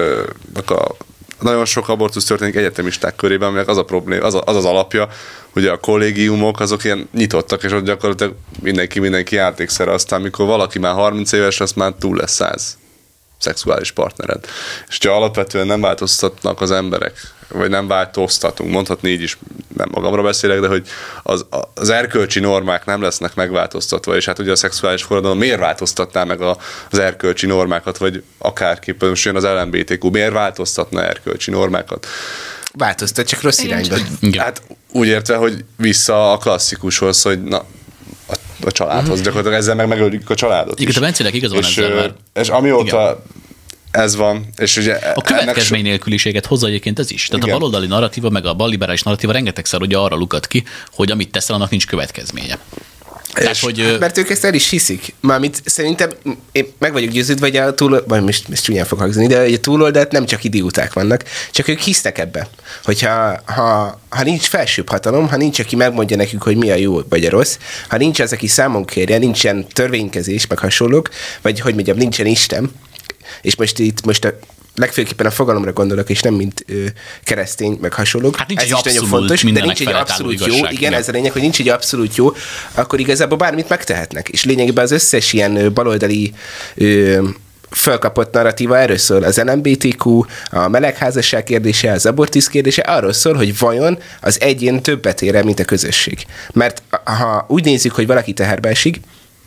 a, nagyon sok abortusz történik egyetemisták körében, aminek az a probléma, az, a, az az alapja, hogy a kollégiumok azok ilyen nyitottak, és ott gyakorlatilag mindenki mindenki játékszere, aztán mikor valaki már harminc éves, az már túl lesz száz. szexuális partnered. És ha alapvetően nem változtatnak az emberek, vagy nem változtatunk, mondhatni így is, nem magamra beszélek, de hogy az, az erkölcsi normák nem lesznek megváltoztatva, és hát ugye a szexuális forradalom miért változtatná meg a, az erkölcsi normákat, vagy akárképp, most jön az el em bé té kú, miért változtatna erkölcsi normákat? Változtat, csak rossz irányba. Hát úgy értve, hogy vissza a klasszikushoz, hogy na, a, a családhoz, uh-huh. gyakorlatilag ezzel meg megöljük a családot igen, is. Igen, a Bencének igaz van és, ezzel, mert... És amióta igen. ez van, és ugye... A következmény nélküliséget hozza egyébként ez is. Tehát igen. a baloldali narratíva, meg a balliberális narratíva rengetegszer ugye arra lukat ki, hogy amit teszel, annak nincs következménye. Tehát, hogy, mert ők ezt el is hiszik. Mármint szerintem én meg vagyok győződve, hogy a túl, vagy most, most csúnyán fog hangzni, de a túloldalt nem csak idióták vannak, csak ők hisznek ebbe. Hogyha ha, ha nincs felsőbb hatalom, ha nincs, aki megmondja nekünk, hogy mi a jó vagy a rossz, ha nincs az, aki számon kérje, nincsen törvénykezés, meg hasonlók, vagy hogy mondjam, nincsen Isten, és most itt most a legfőképpen a fogalomra gondolok, és nem mint ö, keresztény, meg hasonlók. Hát nincs ez egy is abszolút, nagyon fontos, de nincs egy abszolút igazság, jó. Igen, igen, ez a lényeg, hogy nincs egy abszolút jó, akkor igazából bármit megtehetnek. És lényegében az összes ilyen ö, baloldali ö, fölkapott narratíva erről szól. Az el em bé té kú, a melegházasság kérdése, az abortusz kérdése arról szól, hogy vajon az egyén többet ér, mint a közösség. Mert ha úgy nézzük, hogy valaki teherbe esik,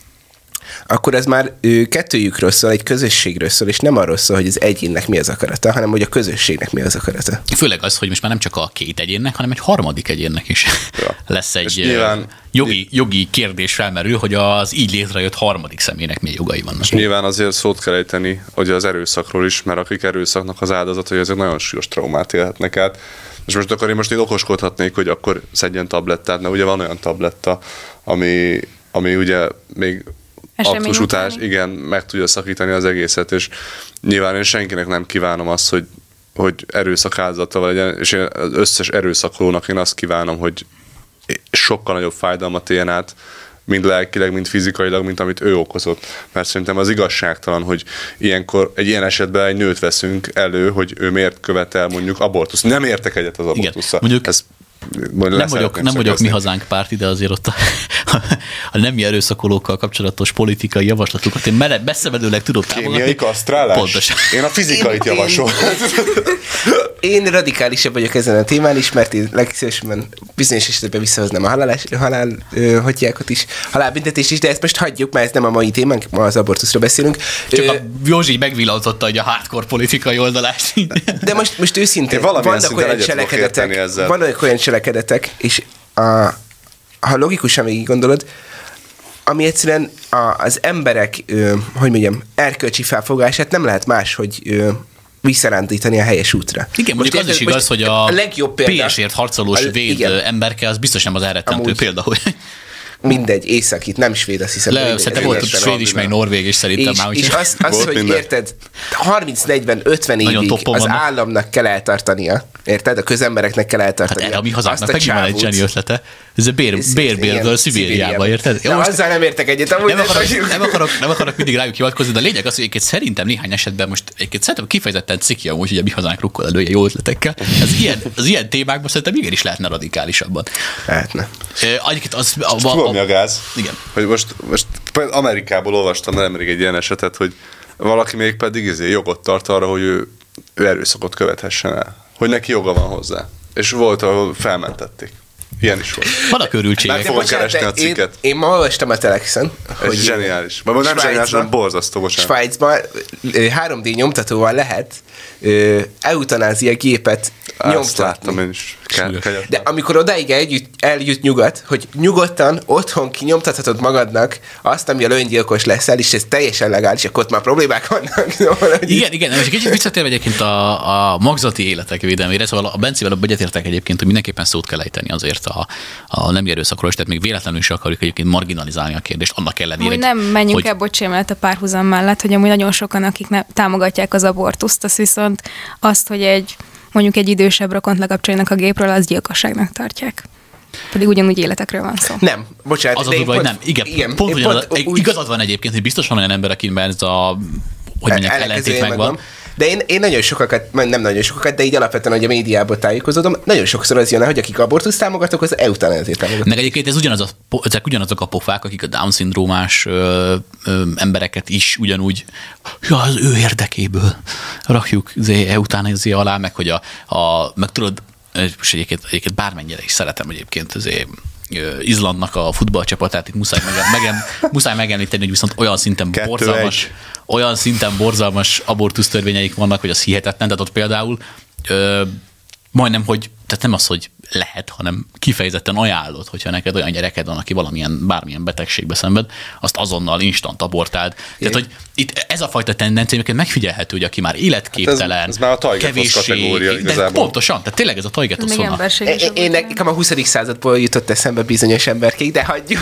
akkor ez már ő, kettőjükről szól, egy közösségről szól, és nem arról szól, hogy az egyénnek mi az akarata, hanem hogy a közösségnek mi az akarata. Főleg az, hogy most már nem csak a két egyénnek, hanem egy harmadik egyénnek is ja. lesz egy nyilván, jogi, jogi kérdés felmerül, hogy az így létrejött harmadik személynek milyen jogai vannak. És nyilván azért szót kell ejteni, hogy az erőszakról is, mert akik erőszaknak az áldozatai, ezek nagyon súlyos traumát élhetnek át. És most akkor én most én okoskodhatnék, hogy akkor szedjen tablettát, mert ugye van olyan tabletta, ami, ami ugye még aktus után, igen, meg tudja szakítani az egészet, és nyilván én senkinek nem kívánom azt, hogy, hogy erőszak áldozata legyen, és én az összes erőszakolónak én azt kívánom, hogy sokkal nagyobb fájdalmat éljen át, mind lelkileg, mind fizikailag, mint amit ő okozott. Mert szerintem az igazságtalan, hogy ilyenkor, egy ilyen esetben egy nőt veszünk elő, hogy ő miért követel mondjuk abortuszt. Nem értek egyet az abortusszal. Mondjuk Ez nem vagyok, nem vagyok Mi Hazánk párti, de azért ott a, a nemi erőszakolókkal kapcsolatos politikai javaslatokat én messzevedőleg tudok támogatni. Kémiai kasztrálás? Pontosan. Én a fizikait én, javasol. Én, én radikálisabb vagyok ezen a témán is, mert én legszívesebben bizonyos esetben visszahoznám a halál, halál hogyjákot is, halálbüntetés is, de ezt most hagyjuk, mert ez nem a mai témánk, ma az abortuszról beszélünk. Csak Ö, a Józsi megvillantotta, hogy a hardcore politikai oldalást. De most, most őszintén, vannak olyan cselekedetek, vannak olyan cselekedetek, és a, ha logikusan végig gondolod, ami egyszerűen a, az emberek, ö, hogy mondjam, erkölcsi felfogását nem lehet más, hogy ö, visszarándítani a helyes útra. Igen, most mondjuk az is igaz, hogy a, a példa, pé es-ért harcolós a, svéd igen. emberke, az biztos nem az elrettentő példa, hogy... Mindegy, északit, nem svéd, azt hiszem. Le, szerintem volt svéd is, meg norvég is szerintem és, már. És azt, azt hogy minden. Érted, harminc negyven ötven évig az vannak. Államnak kell eltartania, érted? A közembereknek kell eltartania. Hát erre a Mi Hazánknak megint van egy zseni ötlete. Ez a bér, bérbérből Szibériába, érted? Ja, most azzal nem értek egyet. Amúgy nem, akarok, nem, akarok, nem akarok mindig rájuk hivatkozni, de a lényeg az, hogy egyébként szerintem néhány esetben most egyébként szerintem kifejezetten ciki amúgy, hogy a Mi Hazánk rukkol elője jó ötletekkel. Az ilyen, az ilyen témákban szerintem igenis lehetne radikálisabban. Lehetne. Az, Tudom, mi a gáz? Igen. Hogy most, most Amerikából olvastam nemrég egy ilyen esetet, hogy valaki még pedig ezért jogot tart arra, hogy ő, ő erőszakot követhessen el. Hogy neki joga van hozzá. És volt, ahol felmentették. Ilyen is volt. Vannak örültségek. Fogom keresni a cikket. Én, én ma olvastam a Telexen. Ez zseniális. Vagy nem zseniális, hanem borzasztó, bocsánat. Svájcban három dé nyomtatóval lehet eutanázia gépet nyomtatni. Láttam én is. De amikor odáig eljut, eljut nyugat, hogy nyugodtan otthon kinyomtathatod magadnak azt, ami a öngyilkos leszel, és ez teljesen legális, akkor ott már problémák vannak. Igen, igen, és egy kicsit visszatérve egyébként a, a magzati életek védelmére, szóval a Bencével egyetértek egyébként, hogy mindenképpen szót kell ejteni azért a, a nemi erőszakról, tehát még véletlenül is akarjuk egyébként marginalizálni a kérdést, annak ellenére. Hogy nem menjünk hogy... el, bocsánat, mellett a párhuzam mellett, hogy amúgy nagyon sokan, akik ne, támogatják az abortuszt, az viszont azt, hogy egy mondjuk egy idősebb rokont lekapcsoljanak a gépről, az gyilkosságnak tartják. Pedig ugyanúgy életekről van szó. Nem, bocsánat. Az a durva, hogy nem. Igen, igen pont, pont, ugyanaz, úgy... igazad van egyébként, hogy biztos van olyan ember, akiben ez a, hogy mondják, ellentét megvan. De én, én nagyon sokakat, nem nagyon sokakat, de így alapvetően, hogy a médiából tájékozódom, nagyon sokszor az jön, hogy akik abortuszt támogatok, az eutanáziát támogatok. Meg egyébként ez ugyanaz a, ezek ugyanazok a pofák, akik a Down-szindrómás ö, ö, embereket is ugyanúgy, ja, az ő érdekéből rakjuk eutanázia alá, meg hogy a, a meg tudod, most egyébként, egyébként bármennyire is szeretem egyébként azért Izlandnak a futballcsapatát, itt muszáj, mege, mege, muszáj megemlíteni, hogy viszont olyan szinten Kettő borzalmas, egy. olyan szinten borzalmas abortusz törvényeik vannak, hogy az hihetetlen, tehát ott például ö, majdnem, hogy, tehát nem az, hogy lehet, hanem kifejezetten ajánlott, hogyha neked olyan gyereked van, aki valamilyen, bármilyen betegségbe szenved, azt azonnal instant abortáld. Tehát, hogy itt ez a fajta tendencia megfigyelhető, hogy aki már életképtelen, hát ez, ez már a tajgetosz kategória igazából. Pontosan, tehát tényleg ez a tajgetosz vonal. Én, én nekem a huszadik századból jutott eszembe bizonyos emberkék, de hagyjuk.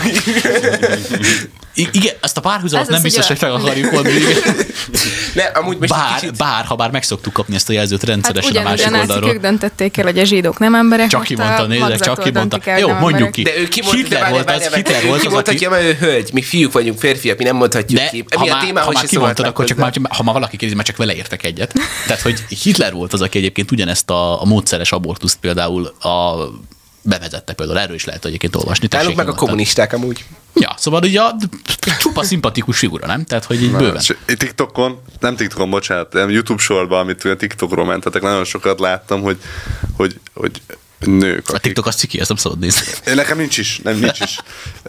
I- igen, azt a párhuzamot nem biztos, hogy fel akarjuk volni. Ne, amúgy most bár, kicsit... bár, ha bár meg szoktuk kapni ezt a jelzőt rendszeresen hát a másik ugyanúgy oldalról. Ők döntötték el, hogy a zsidók nem emberek. Csak kimondta, nézzek, csak kimondta. Jó, mondjuk ki. De ő kimondta, Hitler de volt az, Hitler volt az, aki... mert ő hölgy, mi fiúk vagyunk, férfiak, mi nem mondhatjuk de ki. ha Mi a már, témához ha már se kimondtad, akkor csak szólhatnak már, ha már valaki kérdezi, már csak vele értek egyet. Tehát, hogy Hitler volt az, aki egyébként ugyanezt a, a módszeres abortuszt például a bevezette például, erről is lehet egyébként olvasni. Náluk meg a kommunisták amúgy. Ja, szóval ugye a csupa szimpatikus figura, nem? Tehát, hogy így Na, bőven. TikTokon, nem TikTokon, bocsánat, YouTube sorban, amit ugye TikTokról mentetek, nagyon sokat láttam, hogy, hogy, hogy nők. A akik... TikTok az ciki, ezt nem szabad nézni. Nekem nincs is, nem nincs is.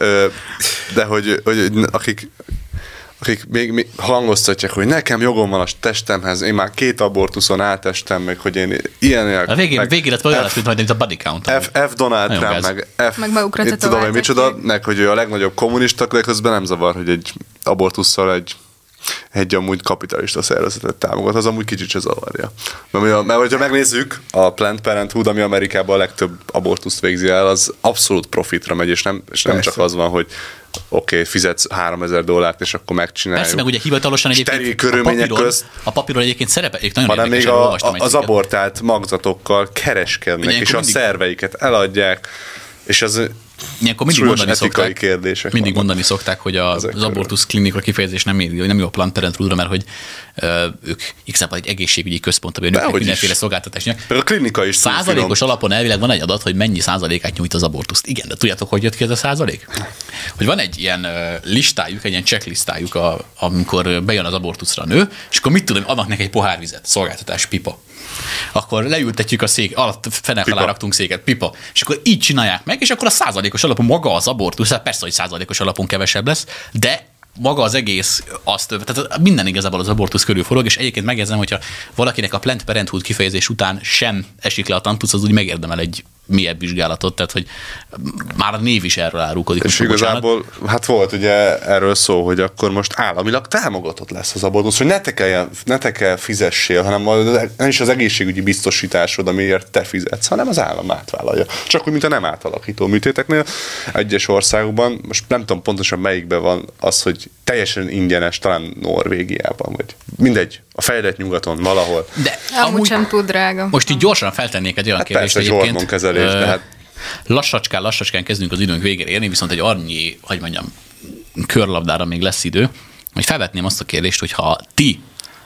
De hogy, hogy akik akik még, még hangoztatják, hogy nekem jogom van a testemhez, én már két abortuszon átestem, meg hogy én ilyen... A végén, végén lett olyan lesz, mint majd a body count. F, F Donald Nagyon Trump, gáz. meg F... Meg magukra én tudom, hogy micsoda, tetováltatják. meg hogy ő a legnagyobb kommunista, de közben nem zavar, hogy egy abortusszal egy egy amúgy kapitalista szervezetet támogat, az amúgy kicsit se zavarja. Mert, mert hogyha megnézzük, a Planned Parenthood, ami Amerikában a legtöbb abortuszt végzi el, az abszolút profitra megy, és nem, és nem csak az van, hogy oké, okay, fizetsz háromezer dollárt, és akkor megcsináljuk. Persze, meg ugye hivatalosan egyébként a papíron, közt, a papíron egyébként szerepel, nagyon hanem még a, a, az cikket. abortált magzatokkal kereskednek, ugye, és a mindig... szerveiket eladják, és az ilyenkor mindig mondani szokták, kérdések mindig vannak. mondani szokták, hogy a, az abortusz klinika kifejezés nem, nem jó a Planned Parenthoodra, mert hogy ö, ők igazából egy egészségügyi központ, amely nőknek mindenféle szolgáltatásnak. A klinika is százalékos alapon elvileg van egy adat, hogy mennyi százalékát nyújt az abortuszt. Igen, de tudjátok, hogy jött ki ez a százalék? Hogy van egy ilyen ö, listájuk, egy ilyen checklistájuk, a, amikor bejön az abortuszra a nő, és akkor mit tudom, adnak neki egy pohár vizet, szolgáltatás, pipa. Akkor leültetjük a szék, alatt fenek alá raktunk széket, pipa, és akkor így csinálják meg, és akkor a százalékos alapon maga az abortusz, hát persze, hogy százalékos alapon kevesebb lesz, de maga az egész azt, tehát minden igazából az abortusz körül forog, és egyébként megjegyzem, hogyha valakinek a Planned Parenthood kifejezés után sem esik le a tantusz, az úgy megérdemel egy mélyebb vizsgálatot, tehát hogy már a név is erről árulkodik. És igazából, hát volt ugye erről szó, hogy akkor most államilag támogatott lesz az abortusz, hogy ne te kell, ne te kell fizessél, hanem nem is az egészségügyi biztosításod, amiért te fizetsz, hanem az állam átvállalja. Csak úgy, mint a nem átalakító műtéteknél. Egyes országokban, most nem tudom pontosan melyikben van az, hogy teljesen ingyenes, talán Norvégiában, vagy mindegy, a fejlett nyugaton valahol. De amúgy, amúgy sem túl drága. Most így gyorsan feltennék egy olyan hát kérdést persze, egyébként. hormonkezelés, de hát... Lassacskán, lassacskán kezdünk az időnk végére érni, viszont egy annyi, hogy mondjam, körlabdára még lesz idő, hogy felvetném azt a kérdést, hogy ha ti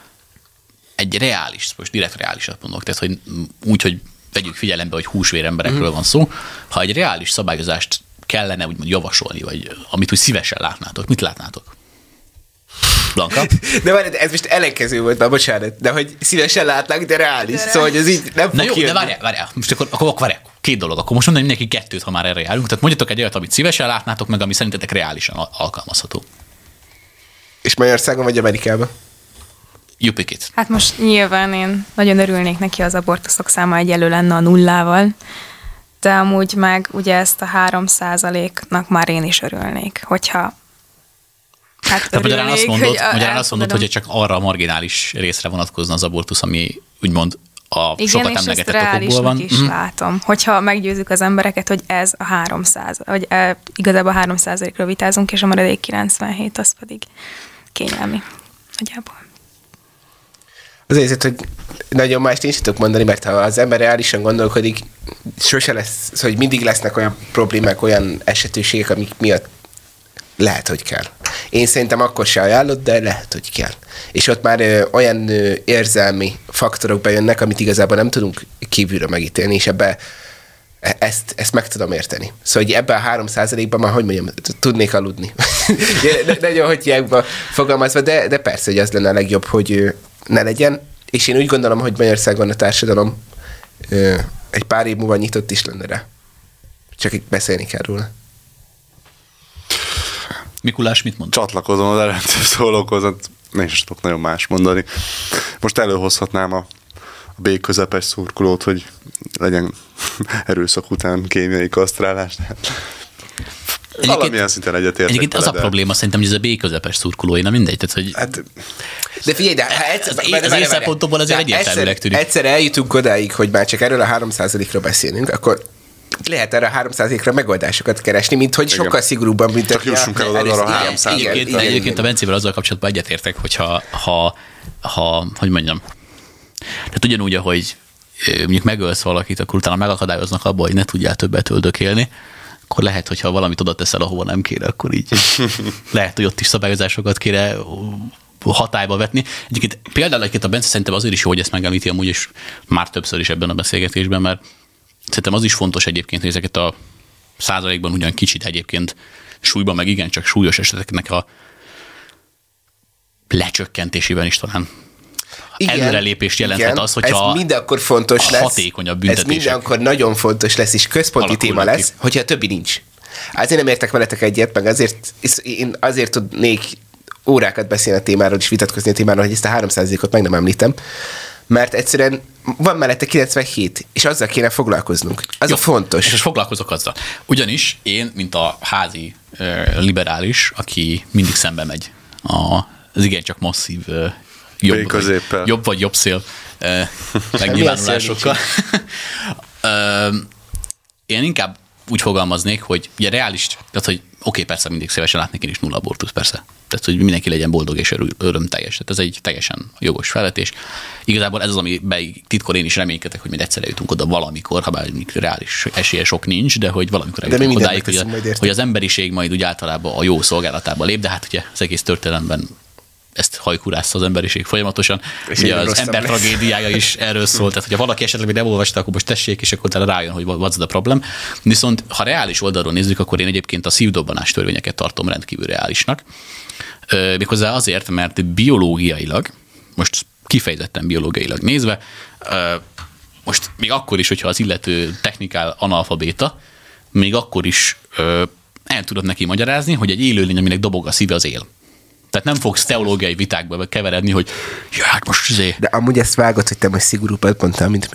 egy reális, most direkt reálisat mondok, tehát hogy úgy, hogy vegyük figyelembe, hogy húsvér emberekről mm. van szó, ha egy reális szabályozást kellene úgymond javasolni, vagy amit úgy szívesen látnátok, mit látnátok? Blanka? De várj, ez most ellenkező volt már, bocsánat, de hogy szívesen látlak, de reális, de szóval hogy ez így nem Na fog jó, kijönni. de várjál, várjál, most akkor, akkor várjál, két dolog, akkor most mondom mindenki kettőt, ha már erre járunk, tehát mondjatok egy olyat, amit szívesen látnátok, meg ami szerintetek reálisan al- alkalmazható. És Magyarországon vagy Amerikában? You pick it. Hát most nyilván én nagyon örülnék neki, az abortuszok száma egyelő lenne a nullával, de amúgy meg ugye ezt a három százaléknak már én is örülnék, hogyha hát Tehát magyarán azt mondod, hogy a, magyarán azt mondod hogy csak arra a marginális részre vonatkozna az abortusz, ami úgymond a igen, sokat és ezt emlegetett okokból reálisnak van. is Mhm. látom. Hogyha meggyőzzük az embereket, hogy ez a három százalék, hogy e, igazából három százalékról vitázunk, és a maradék kilencvenhét, az pedig kényelmi. Nagyjából. Az azért, hogy nagyon mást én sem tudok mondani, mert ha az ember reálisan gondolkodik, sose lesz, hogy mindig lesznek olyan problémák, olyan esetőségek, amik miatt lehet, hogy kell. Én szerintem akkor se ajánlott, de lehet, hogy kell. És ott már ö, olyan ö, érzelmi faktorok bejönnek, amit igazából nem tudunk kívülről megítélni, és ebbe ezt, ezt meg tudom érteni. Szóval hogy ebben a három százalékban már, hogy mondjam, tudnék aludni. Nagyon hogy hiákba fogalmazva, de, de persze, hogy az lenne a legjobb, hogy ö, ne legyen. És én úgy gondolom, hogy Magyarországon a társadalom ö, egy pár év múlva nyitott is lenne rá. Csak itt beszélni kell róla. Mikulás mit mond? Csatlakozom az előtt szólókhoz, én is tudok nagyon más mondani. Most előhozhatnám a, a B közepes szurkolót, hogy legyen erőszak után kémiai kasztrálás. Valamilyen szinten egyetértek. Egyébként az a probléma szerintem, hogy ez a B közepes szurkolói, na mindegy. Tehát, hogy hát, de figyelj, de ha egyszer, az, az én szempontomból azért egyértelműleg tűnik. Egyszer eljutunk odáig, hogy már csak erről a három százalékról beszélünk, akkor lehet erre a három százalékra megoldásokat keresni, mint hogy sokkal igen. szigorúbban büntetni. Csak jussunk el oda a három százalékra. Egyébként, egyébként a Bencével azzal kapcsolatban egyetértek, hogyha, ha, ha, hogy mondjam, tehát ugyanúgy, ahogy mondjuk megölsz valakit, akkor utána megakadályoznak abba, hogy ne tudjál többet öldökélni, akkor lehet, hogyha valamit oda teszel, ahova nem kéne, akkor így lehet, hogy ott is szabályozásokat kéne hatályba vetni. Egyébként például egyébként a Bence szerintem azért is jó, hogy ezt megemlíti amúgy, és már többször is ebben a beszélgetésben, mert szerintem az is fontos egyébként, hogy ezeket a százalékban ugyan kicsit egyébként súlyban, meg igencsak súlyos eseteknek a lecsökkentésében is talán igen, előrelépést jelenthet az, hogyha ez mindenkor fontos lesz, hatékonyabb büntetések. Ez mindenkor nagyon fontos lesz, és központi téma lesz, ki. Hogyha a többi nincs. Azért nem értek veletek egyet, meg azért, én azért tudnék órákat beszélni a témáról, és vitatkozni a témáról, hogy ezt a három százalékot meg nem említem, mert egyszerűen van mellette kilencvenhét, és azzal kéne foglalkoznunk. Az jó, a fontos. És most foglalkozok azzal. Ugyanis én, mint a házi uh, liberális, aki mindig szembe megy a, az igencsak masszív uh, jobb, vagy, jobb vagy jobb szél uh, megnyilvánulásokkal. uh, én inkább úgy fogalmaznék, hogy ugye reális, tehát hogy oké, okay, persze mindig szívesen látnék én is nulla abortusz, persze. Tehát, hogy mindenki legyen boldog és örömteljes. Tehát ez egy teljesen jogos felvetés. Igazából ez az, amiben titkor én is reménykedek, hogy majd egyszer eljutunk oda valamikor, ha bár reális esélye sok nincs, de hogy valamikor eljutunk odáig, hogy, a, hogy az emberiség majd úgy általában a jó szolgálatába lép, de hát ugye az egész történelemben ezt hajkurázta az emberiség folyamatosan. És ugye az ember lesz. Tragédiája is erről szól, tehát hogyha valaki esetleg még nem olvasta, akkor most tessék, és akkor utána rájön, hogy what's the problem. Viszont ha reális oldalról nézzük, akkor én egyébként a szívdobbanás törvényeket tartom rendkívül reálisnak. Méghozzá azért, mert biológiailag, most kifejezetten biológiailag nézve, most még akkor is, hogyha az illető technikál analfabéta, még akkor is el tudod neki magyarázni, hogy egy élőlény, aminek dobog a szíve, az él. Tehát nem fogsz teológiai vitákba keveredni, hogy ja, hát most azért... De amúgy ezt vágod, hogy te most szigorúbbat mondtál, mint mi?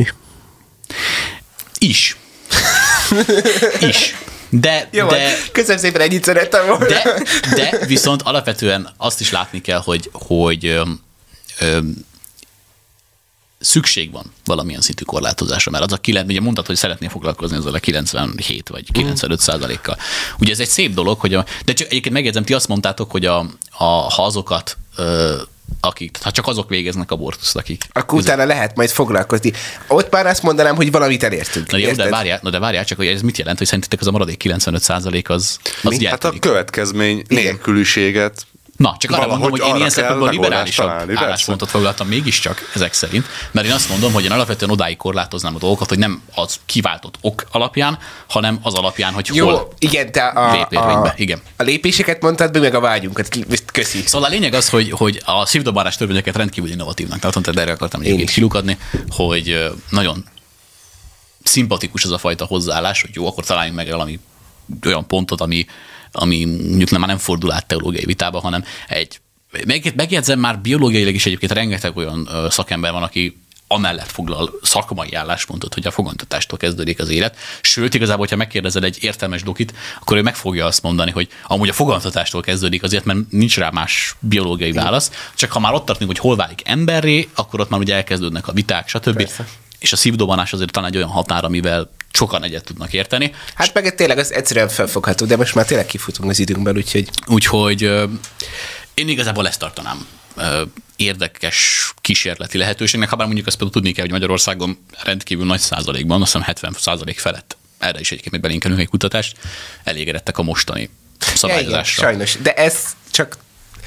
Is. Is. De, jó, de, köszönöm szépen, ennyit szerettem volna. De, de viszont alapvetően azt is látni kell, hogy, hogy ö, ö, szükség van valamilyen szintű korlátozásra, mert az a kilenc, ugye mondtad, hogy szeretnél foglalkozni ezzel a kilencvenhét vagy kilencvenöt százalékkal. Ugye ez egy szép dolog, hogy a, de csak egyébként megjegyzem, ti azt mondtátok, hogy a, a, ha azokat ö, akik, ha csak azok végeznek abortuszt, akik... Akkor utána lehet majd foglalkozni. Ott már azt mondanám, hogy valamit elértünk. Na jó, de várjál, na de várjál csak, hogy ez mit jelent, hogy szerintetek az a maradék kilencvenöt százalék az, az hát a következmény nélküliséget. Na, csak arra mondom, hogy én ilyen szempontból liberálisabb álláspontot foglaltam mégiscsak ezek szerint, mert én azt mondom, hogy én alapvetően odáig korlátoznám a dolgokat, hogy nem az kiváltott ok alapján, hanem az alapján, hogy jó, hol igen, te a, a, igen. a lépéseket mondtad, meg a vágyunkat. Köszi. Szóval a lényeg az, hogy, hogy a szívdobálás törvényeket rendkívül innovatívnak tartom, tehát erre akartam egyébként kilukadni, hogy nagyon szimpatikus az a fajta hozzáállás, hogy jó, akkor találjunk meg valami olyan pontot, ami ami mondjuk nem, már nem fordul át teológiai vitába, hanem egy, megjegyzem, már biológiailag is egyébként rengeteg olyan szakember van, aki amellett foglal szakmai álláspontot, hogy a fogantatástól kezdődik az élet. Sőt, igazából, hogyha megkérdezel egy értelmes dokit, akkor ő meg fogja azt mondani, hogy amúgy a fogantatástól kezdődik azért, mert nincs rá más biológiai válasz. Csak ha már ott tartunk, hogy hol válik emberré, akkor ott már ugye elkezdődnek a viták, stb. Persze. És a szívdobbanás azért talán egy olyan határ, amivel sokan egyet tudnak érteni. Hát meg tényleg az egyszerűen felfogható, de most már tényleg kifutunk az időnkben, úgyhogy... Úgyhogy én igazából ezt tartanám érdekes kísérleti lehetőségnek, ha bár mondjuk azt például tudni kell, hogy Magyarországon rendkívül nagy százalékban, azt hiszem hetven százalék felett, erre is egyébként még belinkelünk egy kutatást, elégedettek a mostani szabályozással. Ja, sajnos, de ez csak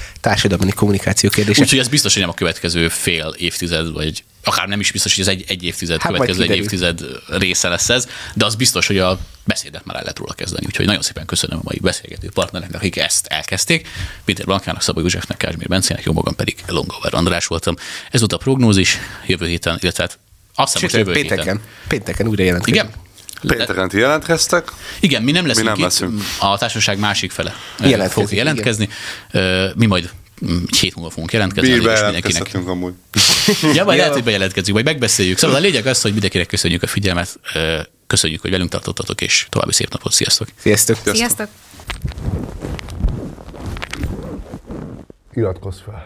társadalmi kommunikáció kérdése. Úgyhogy ez biztos, hogy nem a következő fél évtized, vagy akár nem is biztos, hogy ez egy, egy évtized, hát következő egy évtized része lesz ez, de az biztos, hogy a beszédet már el lehet róla kezdeni. Úgyhogy nagyon szépen köszönöm a mai beszélgető partnereknek, akik ezt elkezdték. Péter Blankának, Szabó Józsefnek, Kázsmér Bencének, jó magam pedig Longover András voltam. Ez volt a prognózis jövő héten, illetve azt hiszem, most jövő pénteken, héten. Pénteken újra jelentkezünk. Igen? Pénteken ti jelentkeztek. Igen, mi nem leszünk, mi nem itt, leszünk. A társaság másik fele Jelentkezik, fog jelentkezni. Igen. Mi majd egy hét múlva fogunk jelentkezni. Bírbe jelentkezhetünk amúgy. Ja, majd lehet, hogy bejelentkezünk, vagy megbeszéljük. Szóval a lényeg az, hogy mindenkinek köszönjük a figyelmet, köszönjük, hogy velünk tartottatok, és további szép napot. Sziasztok! Sziasztok! Sziasztok! Iratkozz fel.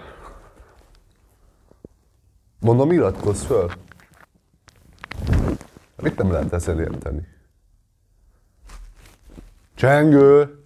Mondom, iratkozz fel. Mit nem lehet ezzel érteni? Csengő!